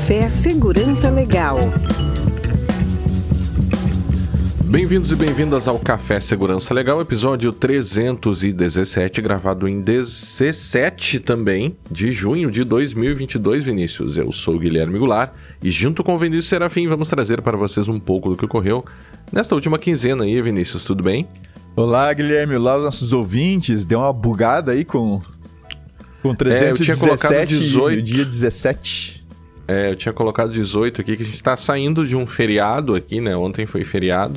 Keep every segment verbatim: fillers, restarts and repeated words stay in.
Café Segurança Legal. Bem-vindos e bem-vindas ao Café Segurança Legal, episódio trezentos e dezessete, gravado em dezessete também de junho de dois mil e vinte e dois, Vinícius. Eu sou o Guilherme Goulart e junto com o Vinícius Serafim vamos trazer para vocês um pouco do que ocorreu nesta última quinzena aí, Vinícius, tudo bem? Olá, Guilherme, olá os nossos ouvintes, deu uma bugada aí com, com trezentos e dezessete, é, eu tinha colocado dezoito. No dia dezessete. É, eu tinha colocado dezoito aqui, que a gente tá saindo de um feriado aqui, né, ontem foi feriado.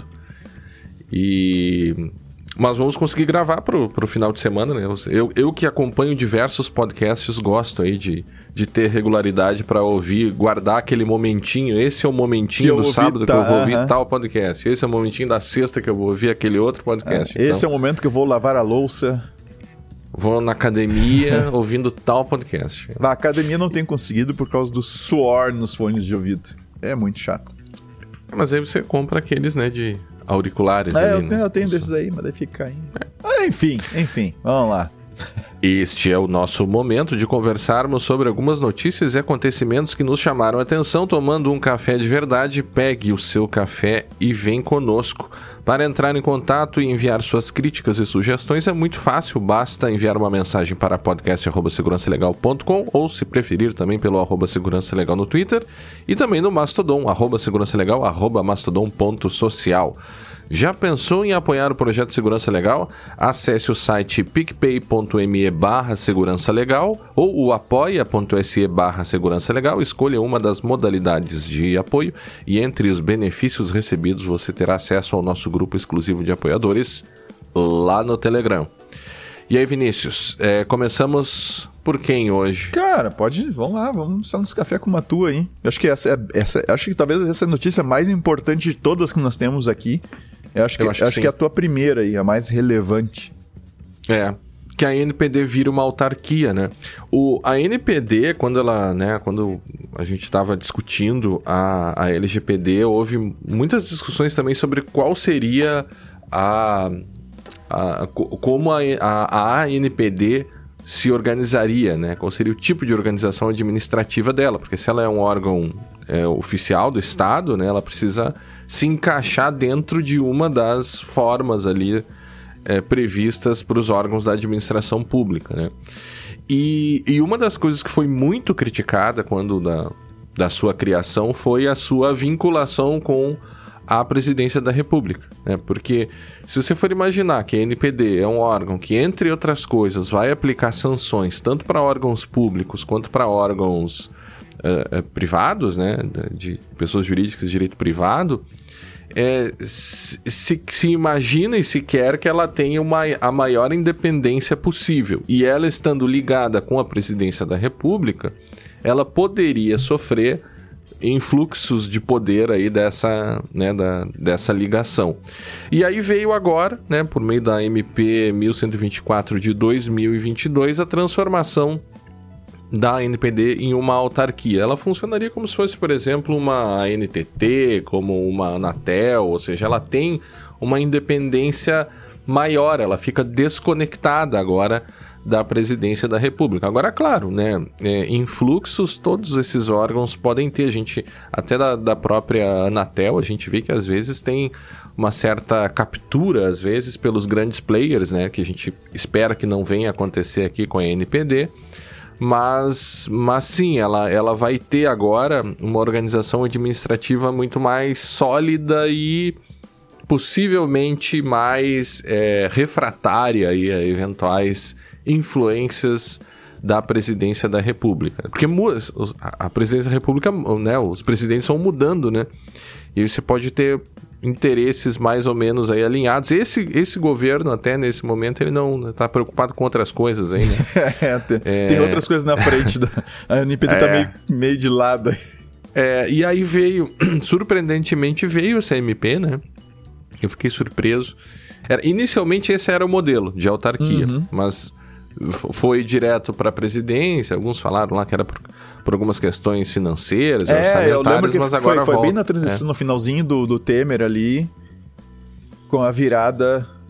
E... Mas vamos conseguir gravar pro, pro final de semana, né? Eu, eu que acompanho diversos podcasts, gosto aí de, de ter regularidade para ouvir, guardar aquele momentinho. Esse é o momentinho do sábado tá, que eu vou ouvir uh-huh. tal podcast. Esse é o momentinho da sexta que eu vou ouvir aquele outro podcast. É, esse então, é o momento que eu vou lavar a louça. Vou na academia ouvindo tal podcast. Na academia não tenho conseguido por causa do suor nos fones de ouvido. É muito chato. Mas aí você compra aqueles, né, de... auriculares é, ali, eu, né? tenho, eu tenho desses aí, mas daí fica aí. É. Ah, enfim, enfim, vamos lá. Este é o nosso momento de conversarmos sobre algumas notícias e acontecimentos que nos chamaram a atenção. Tomando um café de verdade, pegue o seu café e vem conosco. Para entrar em contato e enviar suas críticas e sugestões é muito fácil, basta enviar uma mensagem para podcast arroba segurança legal ponto com ou, se preferir, também pelo arroba segurança legal no Twitter e também no Mastodon, arroba segurança legal, arroba mastodon ponto social. Já pensou em apoiar o projeto Segurança Legal? Acesse o site picpay.me barra segurança legal ou o apoia.se barra segurança legal. Escolha uma das modalidades de apoio e entre os benefícios recebidos você terá acesso ao nosso grupo exclusivo de apoiadores lá no Telegram. E aí, Vinícius, é, começamos por quem hoje? Cara, pode, vamos lá, vamos só nos café com uma tua aí. Eu acho que essa é, essa, acho que talvez essa é a notícia mais importante de todas que nós temos aqui. Eu acho que, eu acho que, acho que é a tua primeira aí, a mais relevante. É, que a N P D vira uma autarquia, né? O, a N P D, quando ela, né, quando a gente estava discutindo a, a L G P D, houve muitas discussões também sobre qual seria a, a como a, a, a N P D se organizaria, né? Qual seria o tipo de organização administrativa dela, porque se ela é um órgão é, oficial do Estado, né, ela precisa se encaixar dentro de uma das formas ali é, previstas para os órgãos da administração pública, né? E, e uma das coisas que foi muito criticada quando da, da sua criação foi a sua vinculação com a presidência da República, né? Porque se você for imaginar que a N P D é um órgão que, entre outras coisas, vai aplicar sanções tanto para órgãos públicos quanto para órgãos Uh, uh, privados, né, de pessoas jurídicas de direito privado, é, se, se, se imagina e se quer que ela tenha uma, a maior independência possível. E ela estando ligada com a presidência da República, ela poderia sofrer influxos de poder aí dessa, né, da, dessa ligação. E aí veio agora, né, por meio da M P mil cento e vinte e quatro de dois mil e vinte e dois, a transformação da N P D em uma autarquia. Ela funcionaria como se fosse, por exemplo, uma A N T T, como uma Anatel, ou seja, ela tem uma independência maior, ela fica desconectada agora da presidência da República. Agora, claro, né, é, influxos todos esses órgãos podem ter, a gente, até da, da própria Anatel, a gente vê que às vezes tem uma certa captura, às vezes, pelos grandes players, né, que a gente espera que não venha acontecer aqui com a N P D, Mas, mas sim, ela, ela vai ter agora uma organização administrativa muito mais sólida e possivelmente mais é, refratária aí a eventuais influências da presidência da República. Porque a presidência da República, né, os presidentes vão mudando, né? E aí você pode ter interesses mais ou menos aí alinhados. Esse, esse governo, até nesse momento, ele não está preocupado com outras coisas aí, né? é, tem, é... tem outras coisas na frente. Da... A N P D é... tá meio, meio de lado aí. É, e aí veio, surpreendentemente, veio essa M P, né? Eu fiquei surpreso. Era, inicialmente esse era o modelo de autarquia, uhum. mas foi direto para a presidência. Alguns falaram lá que era por, por algumas questões financeiras, é, eu lembro que mas foi, agora foi volta. Bem na transição, é. no finalzinho do, do Temer ali, com a virada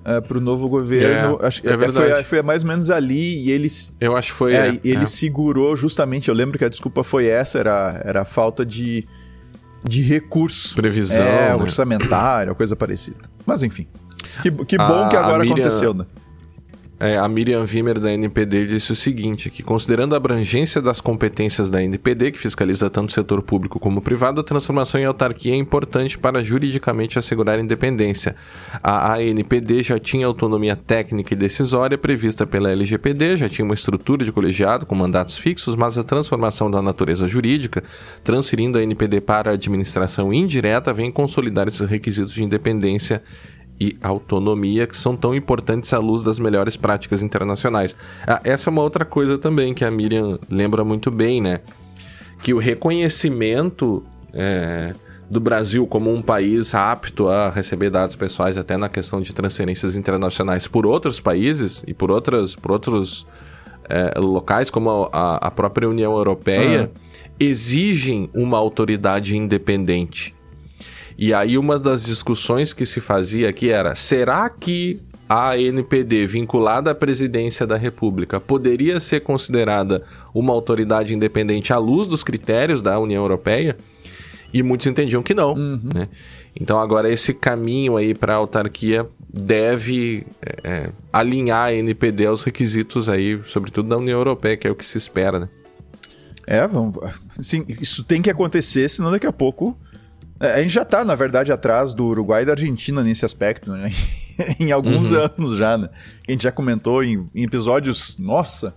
uh, pro novo governo. É, acho, é verdade. Foi, foi mais ou menos ali e eles... Eu acho que foi... É, é, ele é. segurou justamente, eu lembro que a desculpa foi essa, era, era a falta de, de recurso. Previsão, É, né? orçamentária, coisa parecida. Mas enfim, que, que bom a, que agora Miriam, aconteceu, né? É, a Miriam Wimmer da N P D disse o seguinte, que considerando a abrangência das competências da N P D, que fiscaliza tanto o setor público como o privado, a transformação em autarquia é importante para juridicamente assegurar a independência. A A N P D já tinha autonomia técnica e decisória prevista pela L G P D, já tinha uma estrutura de colegiado com mandatos fixos, mas a transformação da natureza jurídica, transferindo a N P D para a administração indireta, vem consolidar esses requisitos de independência e autonomia que são tão importantes à luz das melhores práticas internacionais. Ah, essa é uma outra coisa também que a Miriam lembra muito bem, né? Que o reconhecimento é, do Brasil como um país apto a receber dados pessoais, até na questão de transferências internacionais por outros países e por, outras, por outros é, locais, como a, a própria União Europeia, uhum. exigem uma autoridade independente. E aí uma das discussões que se fazia aqui era, será que a N P D vinculada à presidência da República poderia ser considerada uma autoridade independente à luz dos critérios da União Europeia? E muitos entendiam que não. Uhum. Né? Então agora esse caminho aí para a autarquia deve é, alinhar a N P D aos requisitos aí, sobretudo da União Europeia, que é o que se espera, né? É, vamos... Sim, isso tem que acontecer, senão daqui a pouco... A gente já tá, na verdade, atrás do Uruguai e da Argentina nesse aspecto, né? em alguns uhum. anos já, né? A gente já comentou em, em episódios, nossa,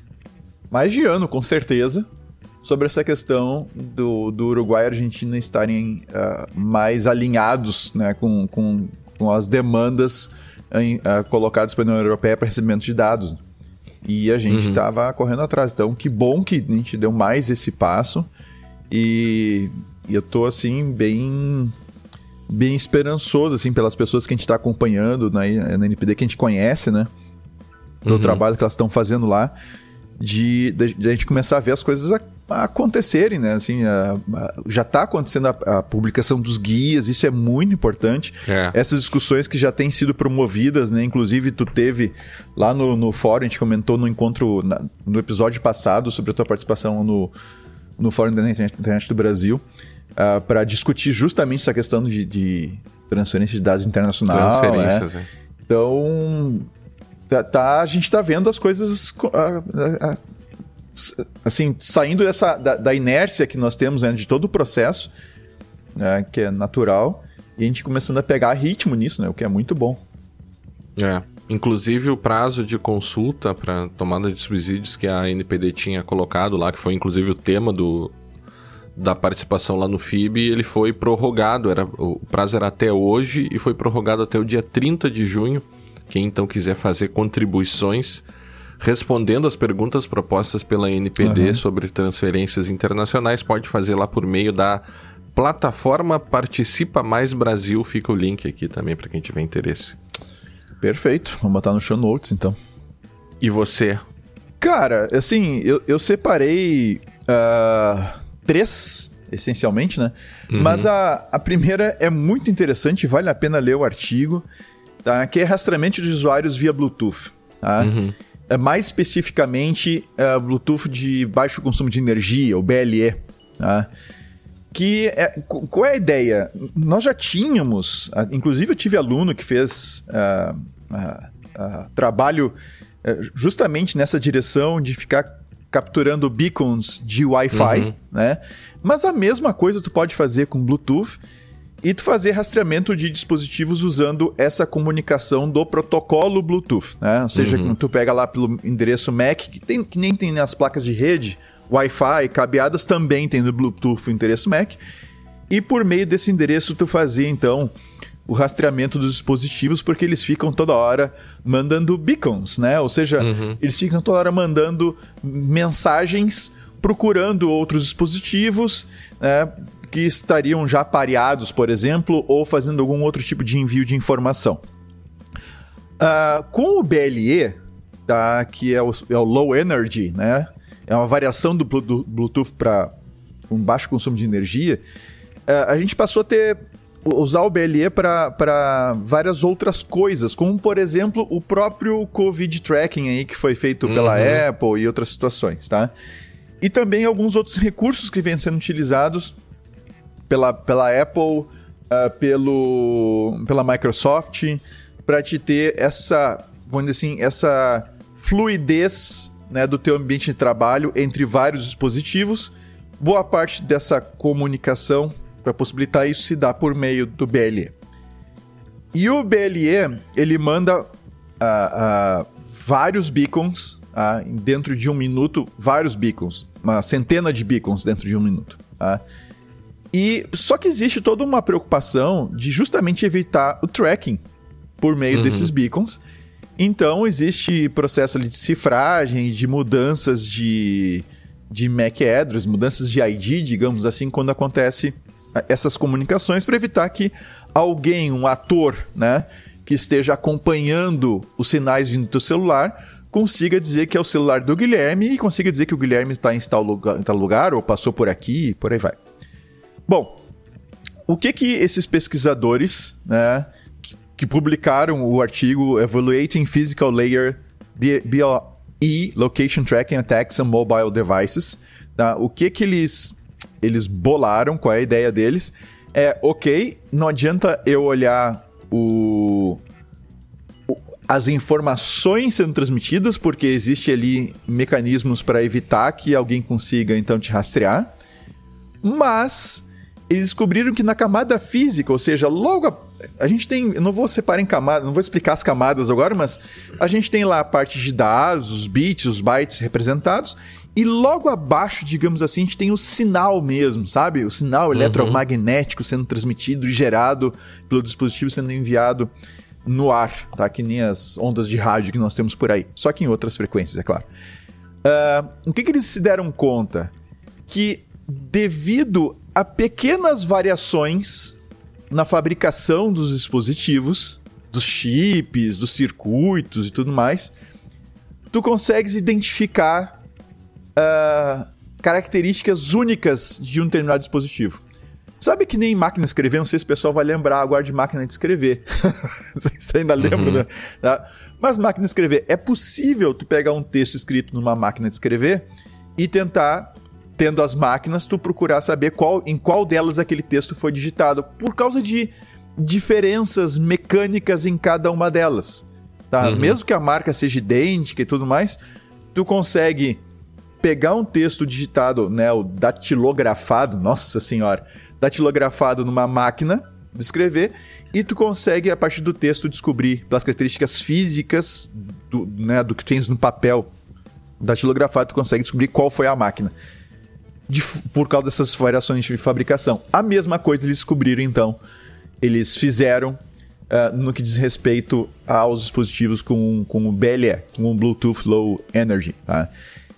mais de ano, com certeza, sobre essa questão do, do Uruguai e Argentina estarem uh, mais alinhados, né, com, com, com as demandas uh, colocadas pela União Europeia para recebimento de dados. E a gente estava uhum. correndo atrás. Então, que bom que a gente deu mais esse passo e... E eu tô, assim, bem, bem esperançoso, assim, pelas pessoas que a gente tá acompanhando na, na N P D, que a gente conhece, né? Pelo uhum. trabalho que elas estão fazendo lá, de, de, de a gente começar a ver as coisas a, a acontecerem, né? Assim, a, a, já tá acontecendo a, a publicação dos guias, isso é muito importante. É. Essas discussões que já têm sido promovidas, né? Inclusive, tu teve lá no, no fórum, a gente comentou no encontro, na, no episódio passado, sobre a tua participação no, no Fórum da Internet do Brasil. Uh, para discutir justamente essa questão de, de transferência de dados internacional. Transferências, né? é. Então, tá, tá, a gente está vendo as coisas uh, uh, uh, assim, saindo dessa, da, da inércia que nós temos, né, de todo o processo, né, que é natural, e a gente começando a pegar ritmo nisso, né, o que é muito bom. É. Inclusive o prazo de consulta para tomada de subsídios que a N P D tinha colocado lá, que foi inclusive o tema do... da participação lá no F I B, ele foi prorrogado, era, o prazo era até hoje e foi prorrogado até o dia trinta de junho. Quem então quiser fazer contribuições respondendo às perguntas propostas pela N P D uhum. sobre transferências internacionais, pode fazer lá por meio da plataforma Participa Mais Brasil, fica o link aqui também para quem tiver interesse. Perfeito, vamos botar no show notes então. E você? Cara, assim, eu, eu separei... Uh... três, essencialmente, né? Uhum. Mas a, a primeira é muito interessante, vale a pena ler o artigo, tá? Que é rastreamento de usuários via Bluetooth, tá? Uhum. É mais especificamente é, Bluetooth de baixo consumo de energia, o B L E, tá? Que é, qual é a ideia? Nós já tínhamos, inclusive eu tive aluno que fez uh, uh, uh, trabalho uh, justamente nessa direção de ficar capturando beacons de Wi-Fi, uhum. né? Mas a mesma coisa tu pode fazer com Bluetooth e tu fazer rastreamento de dispositivos usando essa comunicação do protocolo Bluetooth, né? Ou seja, uhum. tu pega lá pelo endereço M A C, que, tem, que nem tem nas placas de rede, Wi-Fi, cabeadas também tem no Bluetooth o endereço M A C, e por meio desse endereço tu fazia, então, o rastreamento dos dispositivos, porque eles ficam toda hora mandando beacons, né? Ou seja, uhum. eles ficam toda hora mandando mensagens procurando outros dispositivos, né, que estariam já pareados, por exemplo, ou fazendo algum outro tipo de envio de informação. Uh, com o B L E, tá, que é o, é o Low Energy, né? É uma variação do, do Bluetooth para um baixo consumo de energia, uh, a gente passou a ter usar o B L E para várias outras coisas, como, por exemplo, o próprio Covid Tracking aí, que foi feito pela uhum. Apple e outras situações, tá? E também alguns outros recursos que vêm sendo utilizados pela, pela Apple, uh, pelo, pela Microsoft, para te ter essa, vamos dizer assim, essa fluidez, né, do teu ambiente de trabalho entre vários dispositivos. Boa parte dessa comunicação para possibilitar isso se dá por meio do B L E. E o B L E, ele manda uh, uh, vários beacons, uh, dentro de um minuto, vários beacons, uma centena de beacons dentro de um minuto. Uh. E só que existe toda uma preocupação de justamente evitar o tracking por meio uhum. desses beacons. Então existe processo ali de cifragem, de mudanças de, de M A C address, mudanças de I D, digamos assim, quando acontece essas comunicações, para evitar que alguém, um ator, né, que esteja acompanhando os sinais vindo do teu celular, consiga dizer que é o celular do Guilherme e consiga dizer que o Guilherme está em tal lugar, em tal lugar ou passou por aqui e por aí vai. Bom, o que que esses pesquisadores, né, que, que publicaram o artigo Evaluating Physical Layer B O E Location Tracking Attacks on Mobile Devices, tá? O que que eles... eles bolaram, qual é a ideia deles, é, ok, não adianta eu olhar o, o, as informações sendo transmitidas, porque existe ali mecanismos para evitar que alguém consiga, então, te rastrear, mas eles descobriram que na camada física, ou seja, logo a, a gente tem, eu não vou separar em camadas, não vou explicar as camadas agora, mas a gente tem lá a parte de dados, os bits, os bytes representados, e logo abaixo, digamos assim, a gente tem o sinal mesmo, sabe? O sinal eletromagnético sendo transmitido e gerado pelo dispositivo sendo enviado no ar, tá? Que nem as ondas de rádio que nós temos por aí. Só que em outras frequências, é claro. Uh, o que, que eles se deram conta? Que devido a pequenas variações na fabricação dos dispositivos, dos chips, dos circuitos e tudo mais, tu consegues identificar Uh, características únicas de um determinado dispositivo. Sabe que nem máquina de escrever, não sei se o pessoal vai lembrar agora de máquina de escrever. Você ainda lembra, uhum. né? Tá? Mas máquina de escrever, é possível tu pegar um texto escrito numa máquina de escrever e tentar, tendo as máquinas, tu procurar saber qual, em qual delas aquele texto foi digitado, por causa de diferenças mecânicas em cada uma delas. Tá? Uhum. Mesmo que a marca seja idêntica e tudo mais, tu consegue pegar um texto digitado, né, o datilografado, nossa senhora, datilografado numa máquina de escrever, e tu consegue, a partir do texto, descobrir pelas características físicas do, né, do que tens no papel datilografado, tu consegue descobrir qual foi a máquina, de, por causa dessas variações de fabricação. A mesma coisa eles descobriram, então, eles fizeram uh, no que diz respeito aos dispositivos com, com o B L E, com o Bluetooth Low Energy, tá?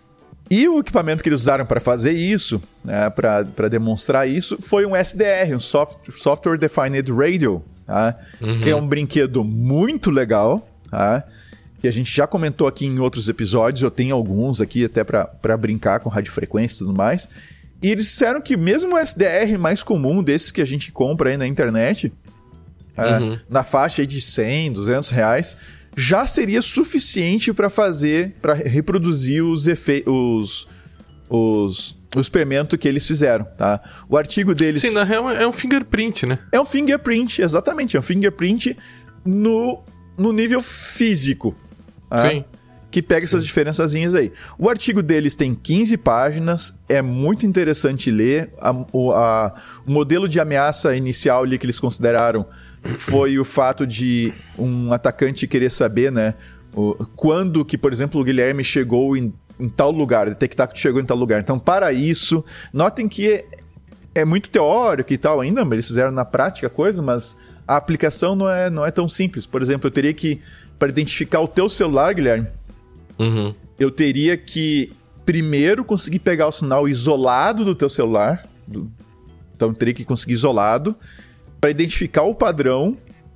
E o equipamento que eles usaram para fazer isso, né, para demonstrar isso, foi um S D R, um soft, Software Defined Radio, tá? Uhum. Que é um brinquedo muito legal, tá? Que a gente já comentou aqui em outros episódios, eu tenho alguns aqui até para brincar com radiofrequência e tudo mais. E eles disseram que mesmo o S D R mais comum, desses que a gente compra aí na internet, uhum. uh, na faixa aí de cem, duzentos reais, já seria suficiente para fazer, para reproduzir os efeitos, os, o experimento que eles fizeram, tá? O artigo deles... Sim, na real é um fingerprint, né? É um fingerprint, exatamente. É um fingerprint no, no nível físico. Tá? Sim. Que pega essas diferençazinhas aí. O artigo deles tem quinze páginas, é muito interessante ler. A, o, a, o modelo de ameaça inicial ali que eles consideraram foi o fato de um atacante querer saber, né, o, quando que, por exemplo, o Guilherme chegou em, em tal lugar, detectar que tu chegou em tal lugar. Então, para isso, notem que é, é muito teórico e tal ainda, mas eles fizeram na prática a coisa, mas a aplicação não é, não é tão simples. Por exemplo, eu teria que, para identificar o teu celular, Guilherme, uhum. eu teria que primeiro conseguir pegar o sinal isolado do teu celular, do, então eu teria que conseguir isolado, para identificar o padrão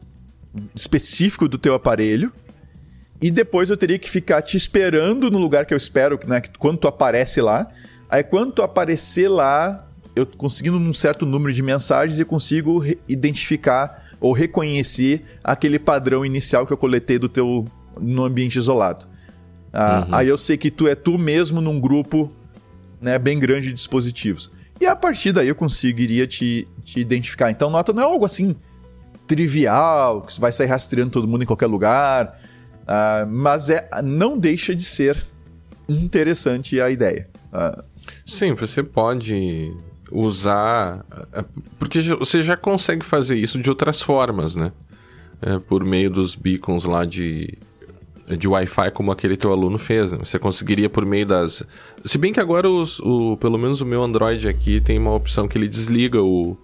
específico do teu aparelho, e depois eu teria que ficar te esperando no lugar que eu espero, né, quando tu aparece lá. Aí quando tu aparecer lá, eu conseguindo um certo número de mensagens, eu consigo re- identificar ou reconhecer aquele padrão inicial que eu coletei do teu no ambiente isolado. Ah, uhum. Aí eu sei que tu é tu mesmo num grupo, né, bem grande de dispositivos. E a partir daí eu conseguiria te, te identificar. Então, nota não é algo assim trivial, que vai sair rastreando todo mundo em qualquer lugar, uh, mas é, não deixa de ser interessante a ideia. Uh, Sim, você pode usar... Porque você já consegue fazer isso de outras formas, né? É, por meio dos beacons lá de... de Wi-Fi, como aquele teu aluno fez, né? Você conseguiria por meio das... Se bem que agora, os, o, pelo menos o meu Android aqui, tem uma opção que ele desliga o,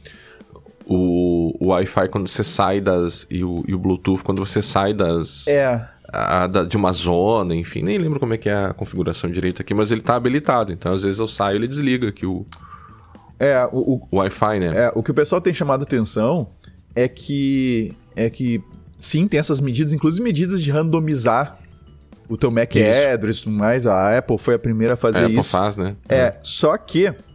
o, o Wi-Fi quando você sai das... E o, e o Bluetooth quando você sai das... É... A, da, de uma zona, enfim. Nem lembro como é que é a configuração direito aqui, mas ele tá habilitado. Então, às vezes eu saio e ele desliga aqui o... É, o... o, o Wi-Fi, né? É, o que o pessoal tem chamado a atenção é que... É que... Sim, tem essas medidas, inclusive medidas de randomizar o teu M A C address e tudo mais. A Apple foi a primeira a fazer a Apple isso. faz, né? É, é. Só que uh,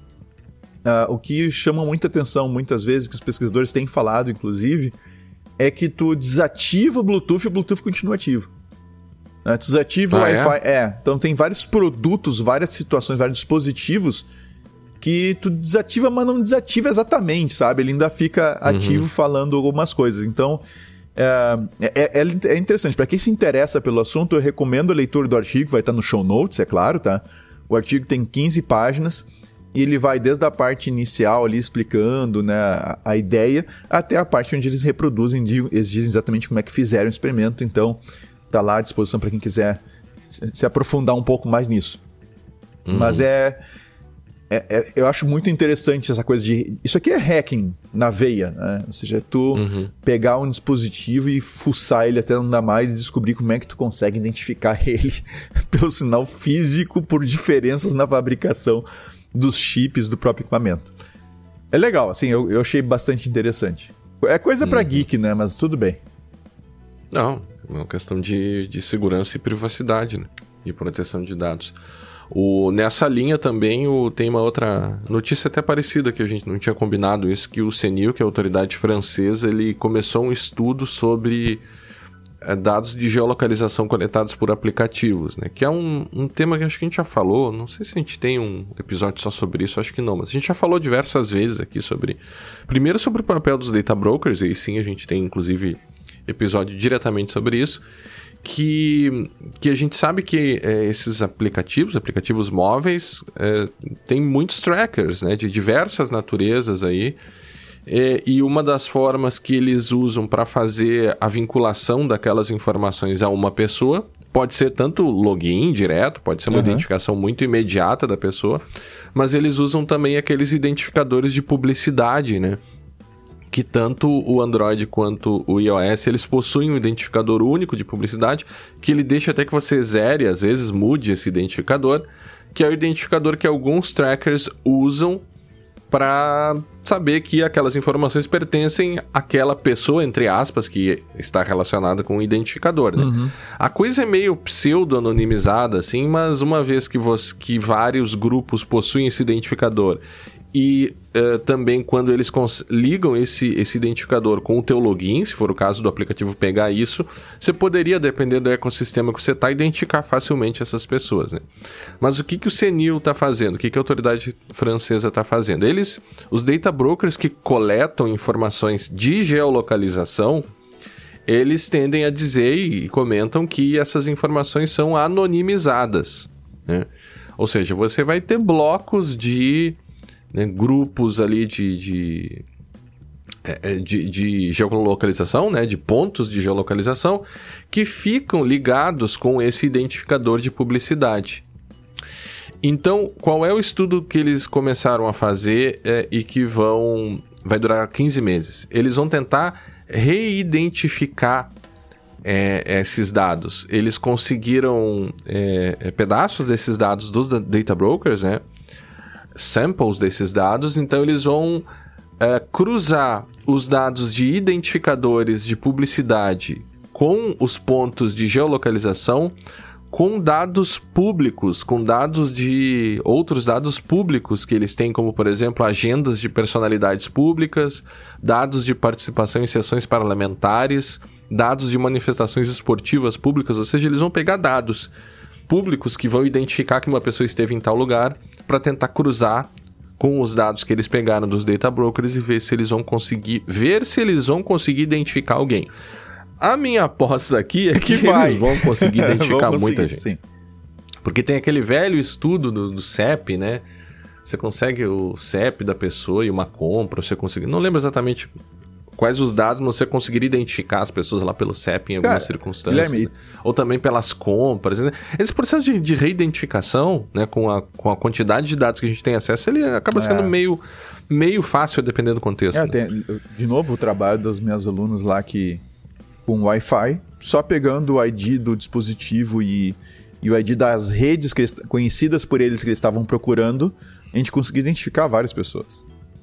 o que chama muita atenção muitas vezes, que os pesquisadores têm falado, inclusive, é que tu desativa o Bluetooth e o Bluetooth continua ativo. Né? Tu desativa ah, o Wi-Fi. É? é, então tem vários produtos, várias situações, vários dispositivos que tu desativa, mas não desativa exatamente, sabe? Ele ainda fica ativo uhum. falando algumas coisas. Então... É, é, é interessante. Para quem se interessa pelo assunto, eu recomendo a leitura do artigo, vai estar no show notes, é claro, tá? O artigo tem quinze páginas e ele vai desde a parte inicial ali explicando, né, a, a ideia, até a parte onde eles reproduzem, eles dizem exatamente como é que fizeram o experimento, então tá lá à disposição para quem quiser se aprofundar um pouco mais nisso. Uhum. Mas é... É, é, eu acho muito interessante essa coisa de... Isso aqui é hacking na veia, né? Ou seja, é tu uhum. pegar um dispositivo e fuçar ele até não dar mais e descobrir como é que tu consegue identificar ele pelo sinal físico por diferenças na fabricação dos chips do próprio equipamento. É legal, assim, eu, eu achei bastante interessante. É coisa uhum. pra geek, né? Mas tudo bem. Não, é uma questão de, de segurança e privacidade, né? E proteção de dados. O, nessa linha também o, tem uma outra notícia até parecida que a gente não tinha combinado isso, que o CNIL, que é a autoridade francesa, ele começou um estudo sobre é, dados de geolocalização coletados por aplicativos, né? Que é um, um tema que acho que a gente já falou, não sei se a gente tem um episódio só sobre isso, acho que não, mas a gente já falou diversas vezes aqui sobre... Primeiro sobre o papel dos data brokers, e aí sim a gente tem inclusive episódio diretamente sobre isso, Que, que a gente sabe que é, esses aplicativos, aplicativos móveis, é, tem muitos trackers, né, de diversas naturezas aí, é, e uma das formas que eles usam para fazer a vinculação daquelas informações a uma pessoa pode ser tanto login direto, pode ser uma uhum. identificação muito imediata da pessoa, mas eles usam também aqueles identificadores de publicidade, né? Que tanto o Android quanto o iOS, eles possuem um identificador único de publicidade, que ele deixa até que você zere, às vezes mude esse identificador, que é o identificador que alguns trackers usam para saber que aquelas informações pertencem àquela pessoa, entre aspas, que está relacionada com o identificador, né? Uhum. A coisa é meio pseudo-anonimizada, assim, mas uma vez que, você, que vários grupos possuem esse identificador e uh, também quando eles cons- ligam esse, esse identificador com o teu login, se for o caso do aplicativo pegar isso, você poderia, dependendo do ecossistema que você está, identificar facilmente essas pessoas, né? Mas o que, que o CNIL está fazendo? O que, que a autoridade francesa está fazendo? Eles, os data brokers que coletam informações de geolocalização, eles tendem a dizer e comentam que essas informações são anonimizadas, né? Ou seja, você vai ter blocos de... Né, grupos ali de, de, de, de geolocalização, né, de pontos de geolocalização que ficam ligados com esse identificador de publicidade. Então, qual é o estudo que eles começaram a fazer é, e que vão, vai durar quinze meses? Eles vão tentar reidentificar é, esses dados. Eles conseguiram é, pedaços desses dados dos data brokers, né? Samples desses dados, então eles vão é, cruzar os dados de identificadores de publicidade com os pontos de geolocalização com dados públicos, com dados de outros dados públicos que eles têm, como por exemplo agendas de personalidades públicas, dados de participação em sessões parlamentares, dados de manifestações esportivas públicas, ou seja, eles vão pegar dados públicos que vão identificar que uma pessoa esteve em tal lugar para tentar cruzar com os dados que eles pegaram dos data brokers e ver se eles vão conseguir ver se eles vão conseguir identificar alguém. A minha aposta aqui é que, que eles vão conseguir identificar conseguir, muita gente. Sim. Porque tem aquele velho estudo do, do C E P, né? Você consegue o C E P da pessoa e uma compra, você consegue... Não lembro exatamente quais os dados, mas você conseguiria identificar as pessoas lá pelo C E P em algumas Cara, circunstâncias. Guilherme... Ou também pelas compras. Né? Esse processo de, de reidentificação, né, com a, com a quantidade de dados que a gente tem acesso, ele acaba sendo é. meio, meio fácil, dependendo do contexto. É, né? tem, de novo, o trabalho das minhas alunas lá que... com Wi-Fi, só pegando o I D do dispositivo e, e o I D das redes que eles, conhecidas por eles que eles estavam procurando, a gente conseguiu identificar várias pessoas.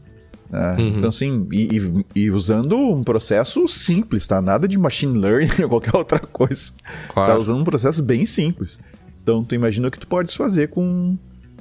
É, uhum. Então, assim, e, e, e usando um processo simples, tá? Nada de machine learning ou qualquer outra coisa. Claro. Tá usando um processo bem simples. Então, tu imagina o que tu podes fazer com,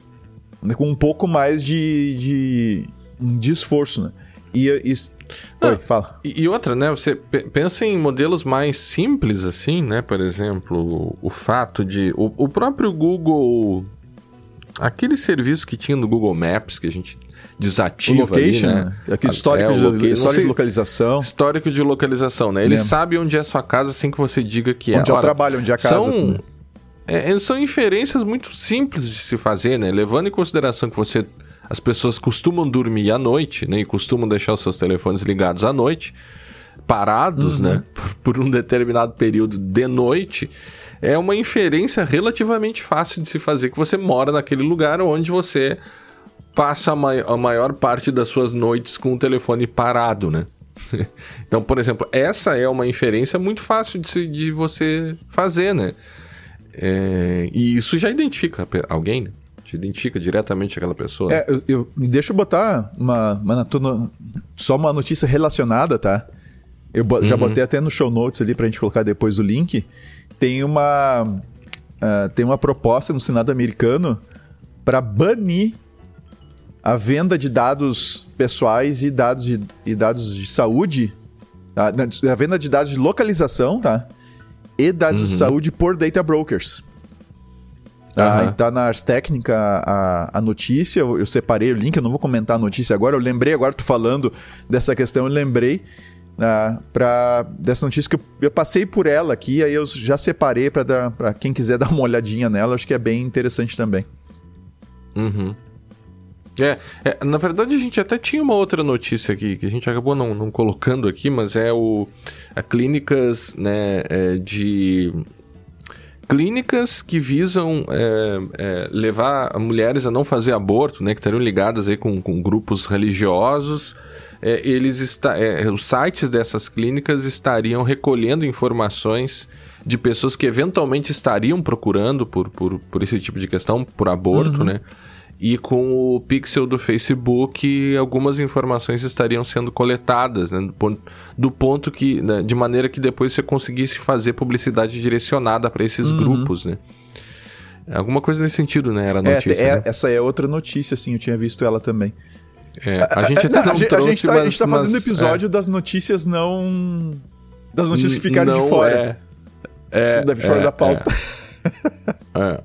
com um pouco mais de, de, de esforço, né? E isso... Oi, ah, fala. E, e outra, né? Você p- pensa em modelos mais simples, assim, né? Por exemplo, o fato de... O, o próprio Google... Aquele serviço que tinha no Google Maps, que a gente desativa o location, ali, né? Aquele histórico, é, de, loca... histórico de localização. Histórico de localização, né? Ele sabe onde é a sua casa sem que você diga que onde é. Onde é o trabalho, onde é a casa. São, é, são inferências muito simples de se fazer, né? Levando em consideração que você... As pessoas costumam dormir à noite, né? E costumam deixar os seus telefones ligados à noite, parados, uhum. né? Por, por um determinado período de noite. É uma inferência relativamente fácil de se fazer, que você mora naquele lugar onde você passa a, mai- a maior parte das suas noites com o telefone parado, né? Então, por exemplo, essa é uma inferência muito fácil de, se, de você fazer, né? É, e isso já identifica alguém, né? Identifica diretamente aquela pessoa. É, eu, eu, deixa eu botar uma, uma, uma, só uma notícia relacionada, tá? Eu bo- já uhum. botei até no show notes ali pra gente colocar depois o link. Tem uma, uh, tem uma proposta no Senado americano para banir a venda de dados pessoais e dados de, e dados de saúde, tá? A venda de dados de localização, tá? E dados uhum. de saúde por data brokers. Ah, uhum. Tá na Ars Técnica a, a notícia, eu, eu separei o link, eu não vou comentar a notícia agora, eu lembrei agora, tu falando dessa questão, eu lembrei uh, pra, dessa notícia que eu, eu passei por ela aqui, aí eu já separei pra, dar, pra quem quiser dar uma olhadinha nela, acho que é bem interessante também. Uhum. É, é, na verdade a gente até tinha uma outra notícia aqui, que a gente acabou não, não colocando aqui, mas é o a clínicas, né, é, de... Clínicas que visam é, é, levar mulheres a não fazer aborto, né, que estariam ligadas aí com, com grupos religiosos, é, eles está, é, os sites dessas clínicas estariam recolhendo informações de pessoas que eventualmente estariam procurando por, por, por esse tipo de questão, por aborto, uhum. né? E com o pixel do Facebook, algumas informações estariam sendo coletadas, né? Do ponto, do ponto que, né? De maneira que depois você conseguisse fazer publicidade direcionada para esses uhum. grupos, né? Alguma coisa nesse sentido, né? Era a notícia, é, é, né? Essa é outra notícia, sim, eu tinha visto ela também. É, a gente até não, não a trouxe, gente tá, mas... A gente tá fazendo mas, episódio é. das notícias não... Das notícias que ficaram não de fora. É, é, da fora é, da pauta. É. é.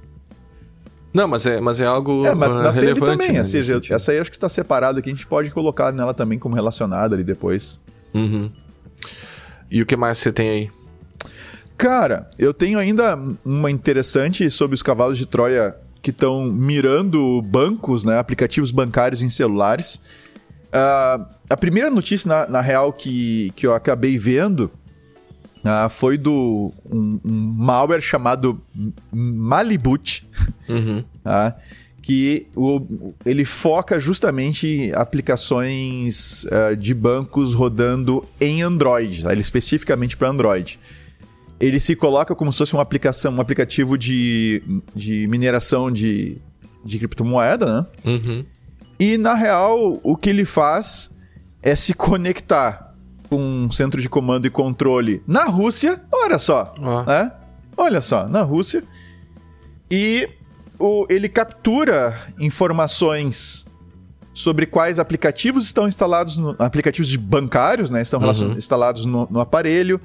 Não, mas é, mas é algo é, mas, mas relevante. Tem também, né, assim, essa aí acho que tá separada aqui, a gente pode colocar nela também como relacionada ali depois. Uhum. E o que mais você tem aí? Cara, eu tenho ainda uma interessante sobre os cavalos de Troia que estão mirando bancos, né, aplicativos bancários em celulares. Uh, a primeira notícia, na, na real, que, que eu acabei vendo uh, foi do um, um malware chamado Malibut, uhum. uh, que o, ele foca justamente em aplicações uh, de bancos rodando em Android, tá? Ele especificamente para Android. Ele se coloca como se fosse uma aplicação, um aplicativo de, de mineração de, de criptomoeda, né? Uhum. E, na real, o que ele faz é se conectar com um centro de comando e controle na Rússia. Olha só, oh. né? Olha só, na Rússia. E o, ele captura informações sobre quais aplicativos estão instalados, no, aplicativos de bancários, né, estão uhum. instalados no, no aparelho.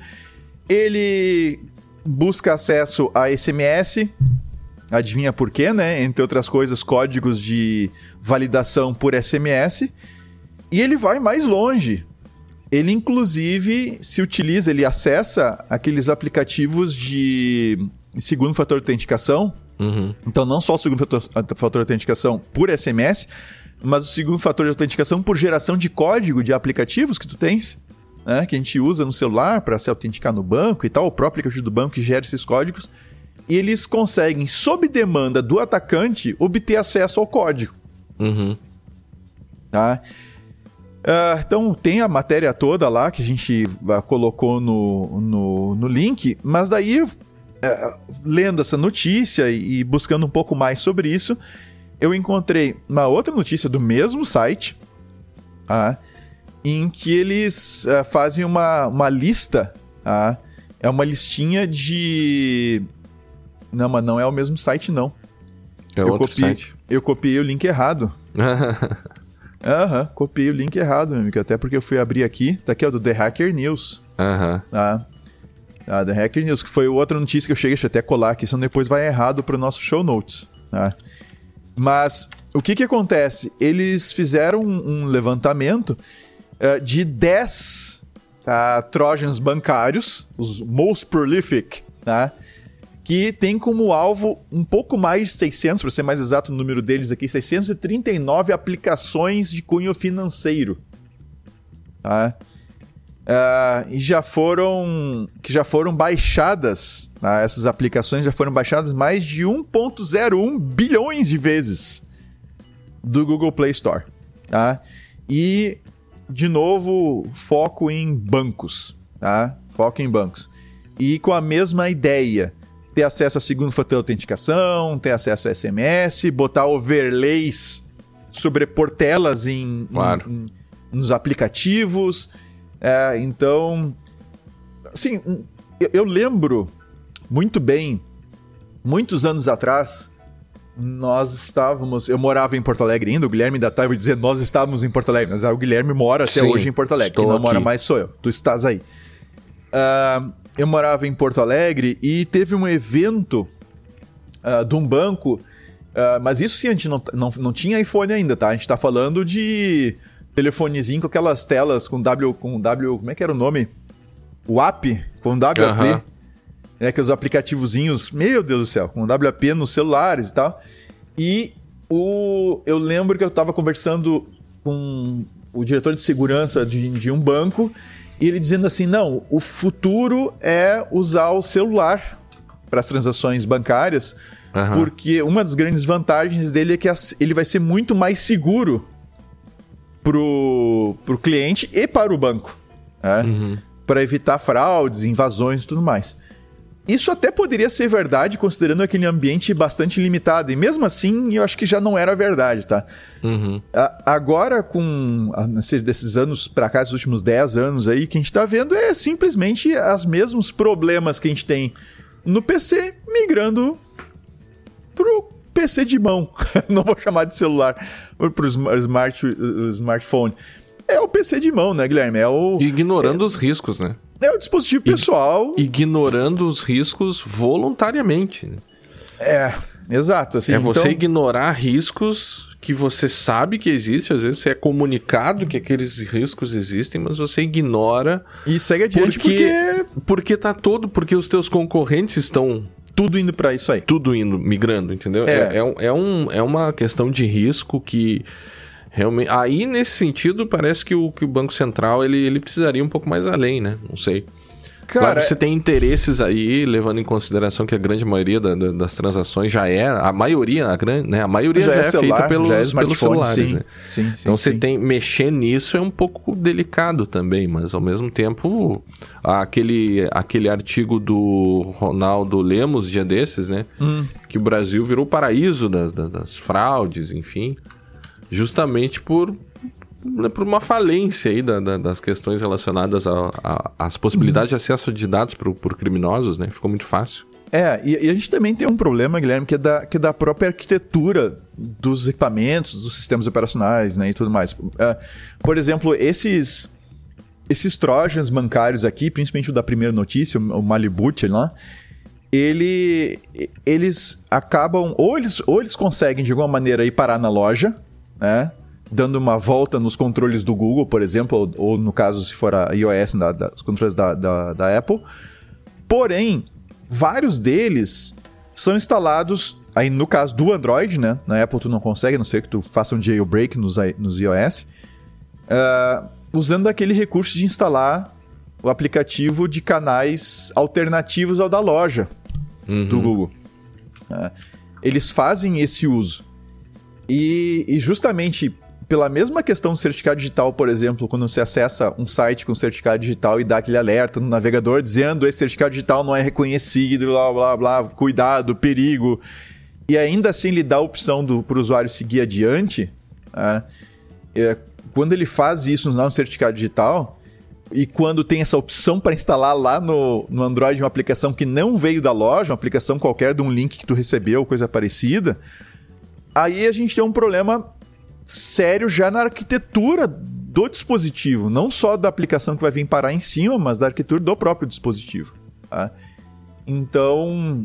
Ele busca acesso a S M S, adivinha por quê, né? Entre outras coisas, códigos de validação por S M S. E ele vai mais longe. Ele, inclusive, se utiliza, ele acessa aqueles aplicativos de segundo fator de autenticação. Uhum. Então, não só o segundo fator, fator de autenticação por S M S, mas o segundo fator de autenticação por geração de código de aplicativos que tu tens, né, que a gente usa no celular para se autenticar no banco e tal, o próprio aplicativo do banco que gera esses códigos. E eles conseguem, sob demanda do atacante, obter acesso ao código. Uhum. Tá? Uh, então, tem a matéria toda lá que a gente uh, colocou no, no, no link, mas daí, uh, lendo essa notícia e, e buscando um pouco mais sobre isso, eu encontrei uma outra notícia do mesmo site, uh, em que eles uh, fazem uma, uma lista, uh, é uma listinha de... Não, mas não é o mesmo site, não. É eu outro copiei, site. Eu copiei o link errado. Aham, uhum, copiei o link errado, meu amigo. Até porque eu fui abrir aqui. Tá aqui, ó, do The Hacker News. Aham. Uhum. Ah, ah, The Hacker News, que foi outra notícia que eu cheguei, deixa eu até colar aqui, senão depois vai errado pro nosso show notes. Tá? Mas, o que que acontece? Eles fizeram um, um levantamento uh, de dez uh, trojans bancários, os most prolific, tá? Que tem como alvo um pouco mais de seiscentos, para ser mais exato o número deles aqui, seiscentas e trinta e nove aplicações de cunho financeiro. Tá? Uh, e já foram, que já foram baixadas, tá? Essas aplicações já foram baixadas mais de um vírgula zero um bilhões de vezes do Google Play Store. Tá? E, de novo, foco em bancos. Tá? Foco em bancos. E com a mesma ideia... ter acesso a segundo fator de autenticação, ter acesso a S M S, botar overlays, sobrepor telas em, claro. em, em, nos aplicativos. É, então, assim, eu, eu lembro muito bem, muitos anos atrás, nós estávamos... Eu morava em Porto Alegre ainda, o Guilherme ainda estava dizendo nós estávamos em Porto Alegre, mas o Guilherme mora até Sim, hoje em Porto Alegre, quem não aqui. mora mais sou eu, tu estás aí. Uh, eu morava em Porto Alegre e teve um evento uh, de um banco, uh, mas isso sim, a gente não, não, não tinha iPhone ainda, tá? A gente tá falando de telefonezinho com aquelas telas com W, com W, como é que era o nome? O app, com W A P, uh-huh. né? Que os aplicativozinhos, meu Deus do céu, com W A P nos celulares e tal. E o, eu lembro que eu tava conversando com o diretor de segurança de, de um banco, e ele dizendo assim, não, o futuro é usar o celular para as transações bancárias, uhum. porque uma das grandes vantagens dele é que ele vai ser muito mais seguro pro, pro cliente e para o banco, né? Uhum. Para evitar fraudes, invasões e tudo mais. Isso até poderia ser verdade, considerando aquele ambiente bastante limitado. E mesmo assim, eu acho que já não era verdade, tá? Uhum. A, agora, com a, desses anos pra cá, esses últimos dez anos aí, que a gente tá vendo é simplesmente os mesmos problemas que a gente tem no P C, migrando pro P C de mão. Não vou chamar de celular, pro smart, smartphone. É o P C de mão, né, Guilherme? É o, Ignorando é, os riscos, né? É o dispositivo pessoal. Ignorando os riscos voluntariamente. É, exato. Assim, é então... você ignorar riscos que você sabe que existem. Às vezes você é comunicado que aqueles riscos existem, mas você ignora. E segue adiante porque... Porque, porque tá todo... Porque os teus concorrentes estão... Tudo indo pra isso aí. Tudo indo, migrando, entendeu? É, é, é, um, é uma questão de risco que... Realmente, aí, nesse sentido, parece que o, que o Banco Central ele, ele precisaria um pouco mais além, né? Não sei. Cara, claro, você tem interesses aí, levando em consideração que a grande maioria da, da, das transações já é... A maioria, a, grande, né? a maioria já, já é, é celular, feita pelos, já é pelos celulares, sim. né? Sim, sim, então, sim. você tem... Mexer nisso é um pouco delicado também, mas, ao mesmo tempo, aquele, aquele artigo do Ronaldo Lemos, dia desses, né? Hum. Que o Brasil virou o paraíso das, das, das fraudes, enfim... Justamente por, né, por uma falência aí da, da, das questões relacionadas às possibilidades de acesso de dados por, por criminosos, né? Ficou muito fácil. É, e, e a gente também tem um problema, Guilherme, que é da, que é da própria arquitetura dos equipamentos, dos sistemas operacionais, né, e tudo mais. Uh, por exemplo, esses, esses trojans bancários aqui, principalmente o da primeira notícia, o Malibut lá, ele, eles acabam, ou eles, ou eles conseguem de alguma maneira ir parar na loja, né, dando uma volta nos controles do Google, por exemplo, ou, ou no caso, se for a iOS, da, da, os controles da, da, da Apple. Porém, vários deles são instalados, aí no caso do Android, né? Na Apple tu não consegue, a não ser que tu faça um jailbreak nos, nos iOS, uh, usando aquele recurso de instalar o aplicativo de canais alternativos ao da loja uhum. do Google. Uh, eles fazem esse uso. E, e justamente pela mesma questão do certificado digital, por exemplo, quando você acessa um site com certificado digital e dá aquele alerta no navegador dizendo esse certificado digital não é reconhecido, blá, blá, blá, cuidado, perigo, e ainda assim ele dá a opção para o usuário seguir adiante, né? É, quando ele faz isso no certificado digital, e quando tem essa opção para instalar lá no, no Android uma aplicação que não veio da loja, uma aplicação qualquer de um link que tu recebeu, coisa parecida, aí a gente tem um problema sério já na arquitetura do dispositivo, não só da aplicação que vai vir parar em cima, mas da arquitetura do próprio dispositivo. Tá? Então,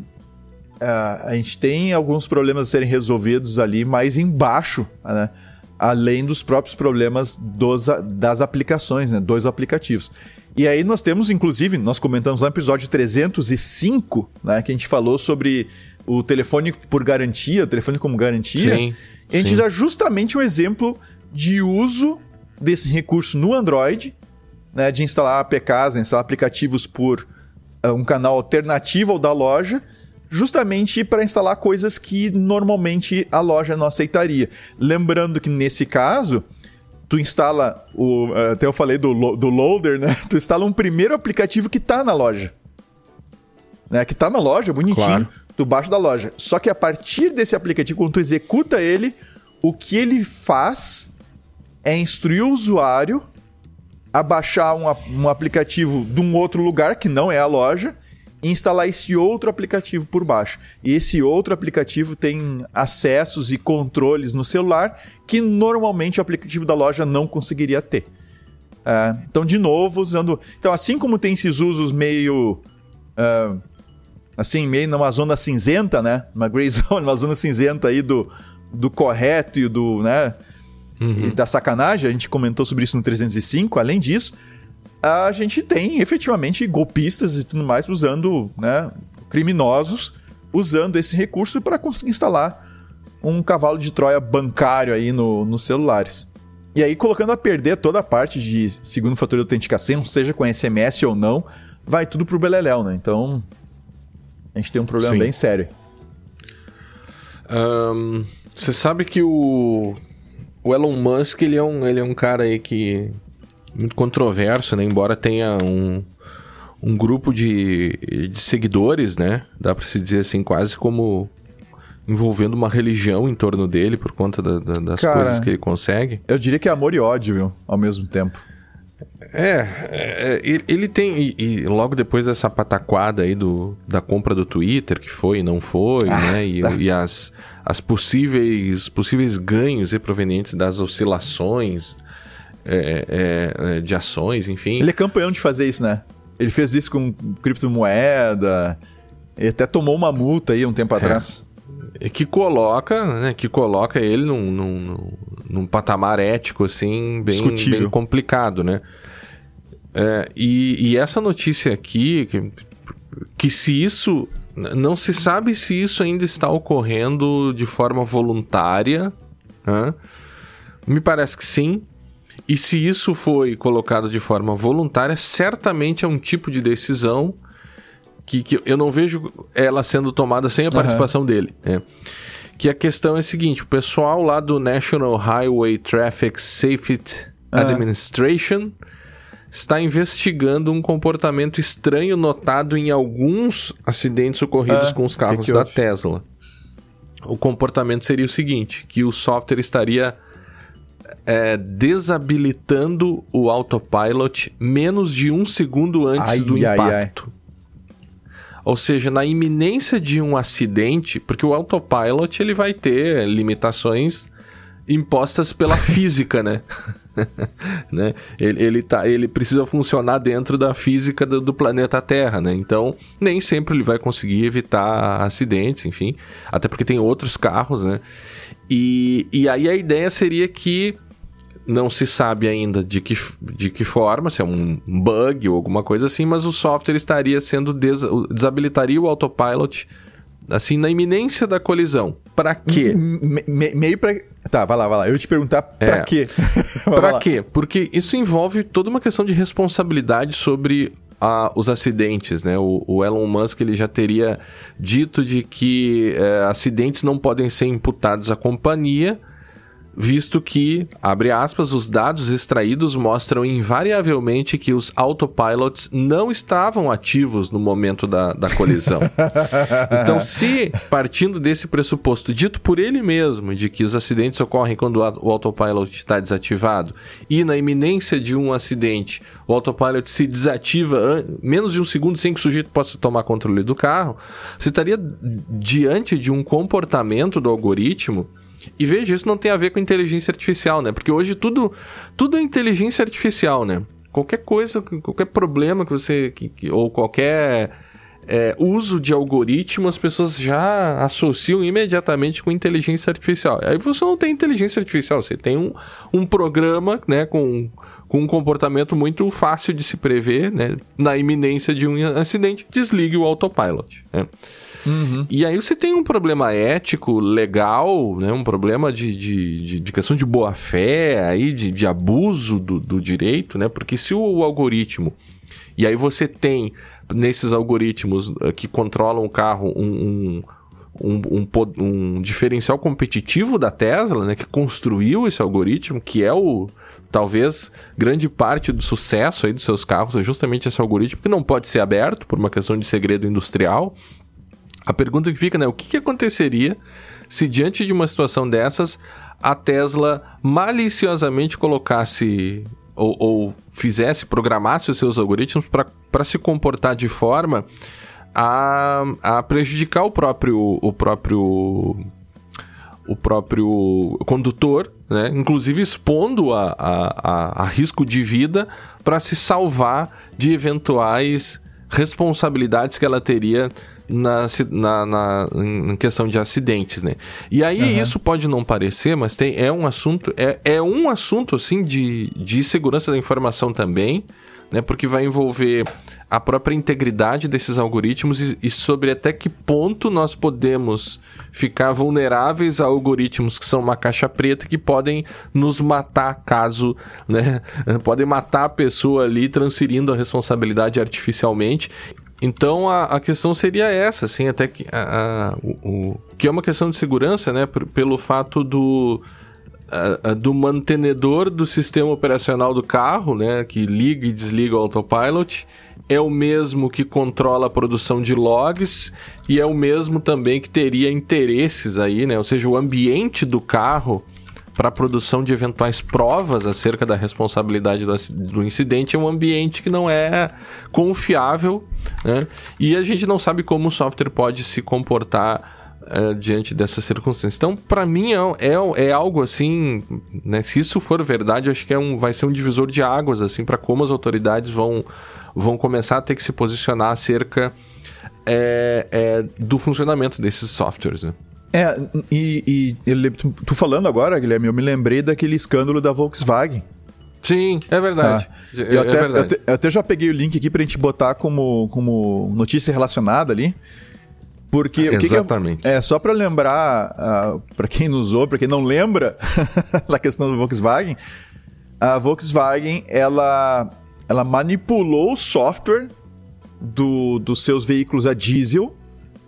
a, a gente tem alguns problemas a serem resolvidos ali mais embaixo, né? Além dos próprios problemas dos, das aplicações, né? Dos aplicativos. E aí nós temos, inclusive, nós comentamos no episódio trezentos e cinco, né? Que a gente falou sobre o telefone por garantia, o telefone como garantia. Sim. A gente Sim. dá justamente um exemplo de uso desse recurso no Android, né, de instalar A P Ks, né, instalar aplicativos por uh, um canal alternativo ao da loja, justamente para instalar coisas que normalmente a loja não aceitaria. Lembrando que nesse caso, tu instala, o, uh, até eu falei do, do loader, né? Tu instala um primeiro aplicativo que está na loja. Né, que está na loja, bonitinho. Claro. Tu baixa da loja. Só que a partir desse aplicativo, quando tu executa ele, o que ele faz é instruir o usuário a baixar um, um aplicativo de um outro lugar, que não é a loja, e instalar esse outro aplicativo por baixo. E esse outro aplicativo tem acessos e controles no celular que normalmente o aplicativo da loja não conseguiria ter. Uh, então, de novo, usando... Então, assim como tem esses usos meio... Uh, assim, meio numa zona cinzenta, né? Uma gray zone, uma zona cinzenta aí do, do correto e do, né? Uhum. E da sacanagem. A gente comentou sobre isso no trezentos e cinco. Além disso, a gente tem efetivamente golpistas e tudo mais usando, né? Criminosos usando esse recurso para conseguir instalar um cavalo de Troia bancário aí no, nos celulares. E aí, colocando a perder toda a parte de segundo fator de autenticação, seja com S M S ou não, vai tudo pro beleléu, né? Então... a gente tem um problema Sim. bem sério. Um, você sabe que o, o Elon Musk, ele é, um, ele é um cara aí que... muito controverso, né? Embora tenha um, um grupo de, de seguidores, né? Dá pra se dizer assim, quase como envolvendo uma religião em torno dele por conta da, da, das Cara, coisas que ele consegue. Eu diria que é amor e ódio, viu? Ao mesmo tempo. É, é ele, ele tem, e, e logo depois dessa pataquada aí do, da compra do Twitter, que foi e não foi, ah, né, e, tá. e as, as possíveis, possíveis ganhos aí provenientes das oscilações é, é, de ações, enfim. Ele é campeão de fazer isso, né? Ele fez isso com criptomoeda, ele até tomou uma multa aí um tempo é. atrás. Que coloca, né, que coloca ele num, num, num patamar ético, assim, bem, bem complicado, né? É, e, e essa notícia aqui, que, que se isso... Não se sabe se isso ainda está ocorrendo de forma voluntária, né? Me parece que sim. E se isso foi colocado de forma voluntária, certamente é um tipo de decisão que, que eu não vejo ela sendo tomada sem a participação uhum. dele, né? Que a questão é a seguinte: o pessoal lá do National Highway Traffic Safety uhum. Administration está investigando um comportamento estranho notado em alguns acidentes ocorridos uhum. com os carros que que da houve? Tesla. O comportamento seria o seguinte, que o software estaria é, desabilitando o autopilot menos de um segundo antes ai, do impacto. Ai, ai. Ou seja, na iminência de um acidente, porque o autopilot ele vai ter limitações impostas pela física, né? né? Ele, ele, tá, ele precisa funcionar dentro da física do, do planeta Terra, né? Então, nem sempre ele vai conseguir evitar acidentes, enfim. Até porque tem outros carros, né? E, e aí a ideia seria que não se sabe ainda de que, de que forma, se é um bug ou alguma coisa assim, mas o software estaria sendo... Des, desabilitaria o autopilot, assim, na iminência da colisão. Pra quê? Me, me, meio pra... Tá, vai lá, vai lá. Eu ia te perguntar pra é. quê? Pra lá. quê? Porque isso envolve toda uma questão de responsabilidade sobre a, os acidentes, né? O, o Elon Musk ele já teria dito de que é, acidentes não podem ser imputados à companhia, visto que, abre aspas, os dados extraídos mostram invariavelmente que os autopilots não estavam ativos no momento da, da colisão. Então, se, partindo desse pressuposto, dito por ele mesmo, de que os acidentes ocorrem quando o autopilot está desativado, e na iminência de um acidente, o autopilot se desativa menos de um segundo sem que o sujeito possa tomar controle do carro, você estaria diante de um comportamento do algoritmo. E veja, isso não tem a ver com inteligência artificial, né? Porque hoje tudo, tudo é inteligência artificial, né? Qualquer coisa, qualquer problema que você... Que, que, ou qualquer é, uso de algoritmo, as pessoas já associam imediatamente com inteligência artificial. Aí você não tem inteligência artificial, você tem um, um programa, né, com, com um comportamento muito fácil de se prever, né? Na iminência de um acidente, desligue o autopilot, né? Uhum. E aí você tem um problema ético, legal, né? Um problema de, de, de, de questão de boa-fé, aí, de, de abuso do, do direito, né? Porque se o, o algoritmo... E aí você tem, nesses algoritmos uh, que controlam o carro, um, um, um, um, um diferencial competitivo da Tesla, né? Que construiu esse algoritmo, que é o... Talvez grande parte do sucesso aí dos seus carros é justamente esse algoritmo, que não pode ser aberto por uma questão de segredo industrial. A pergunta que fica, né? O que, que aconteceria se diante de uma situação dessas a Tesla maliciosamente colocasse ou, ou fizesse, programasse os seus algoritmos para se comportar de forma a, a prejudicar o próprio, o próprio, o próprio condutor, né? Inclusive expondo a, a, a, a risco de vida para se salvar de eventuais responsabilidades que ela teria Na, na, na, em questão de acidentes, né? E aí uhum. isso pode não parecer, mas tem, é um assunto, é, é um assunto assim de, de segurança da informação também, né? Porque vai envolver a própria integridade desses algoritmos e, e sobre até que ponto nós podemos ficar vulneráveis a algoritmos que são uma caixa preta que podem nos matar caso, né? Podem matar a pessoa ali transferindo a responsabilidade artificialmente. Então a, a questão seria essa, assim, até que a, a, o, o, que é uma questão de segurança, né, p- pelo fato do, a, a, do mantenedor do sistema operacional do carro, né, que liga e desliga o autopilot, é o mesmo que controla a produção de logs e é o mesmo também que teria interesses aí, né, ou seja, o ambiente do carro para a produção de eventuais provas acerca da responsabilidade do, do incidente é um ambiente que não é confiável, né? E a gente não sabe como o software pode se comportar uh, diante dessas circunstâncias. Então, para mim, é, é, é algo assim, né? Se isso for verdade, acho que é um, vai ser um divisor de águas assim, para como as autoridades vão, vão começar a ter que se posicionar acerca é, é, do funcionamento desses softwares, né? É, e, e ele, tu, tu falando agora, Guilherme, eu me lembrei daquele escândalo da Volkswagen. Sim, é verdade. Ah, eu, é, até, é verdade. Eu, até, eu até já peguei o link aqui pra gente botar como, como notícia relacionada ali. Porque o que Exatamente. Que é, é, só pra lembrar, uh, pra quem nos ouve, pra quem não lembra da questão da Volkswagen, a Volkswagen, ela, ela manipulou o software do, dos seus veículos a diesel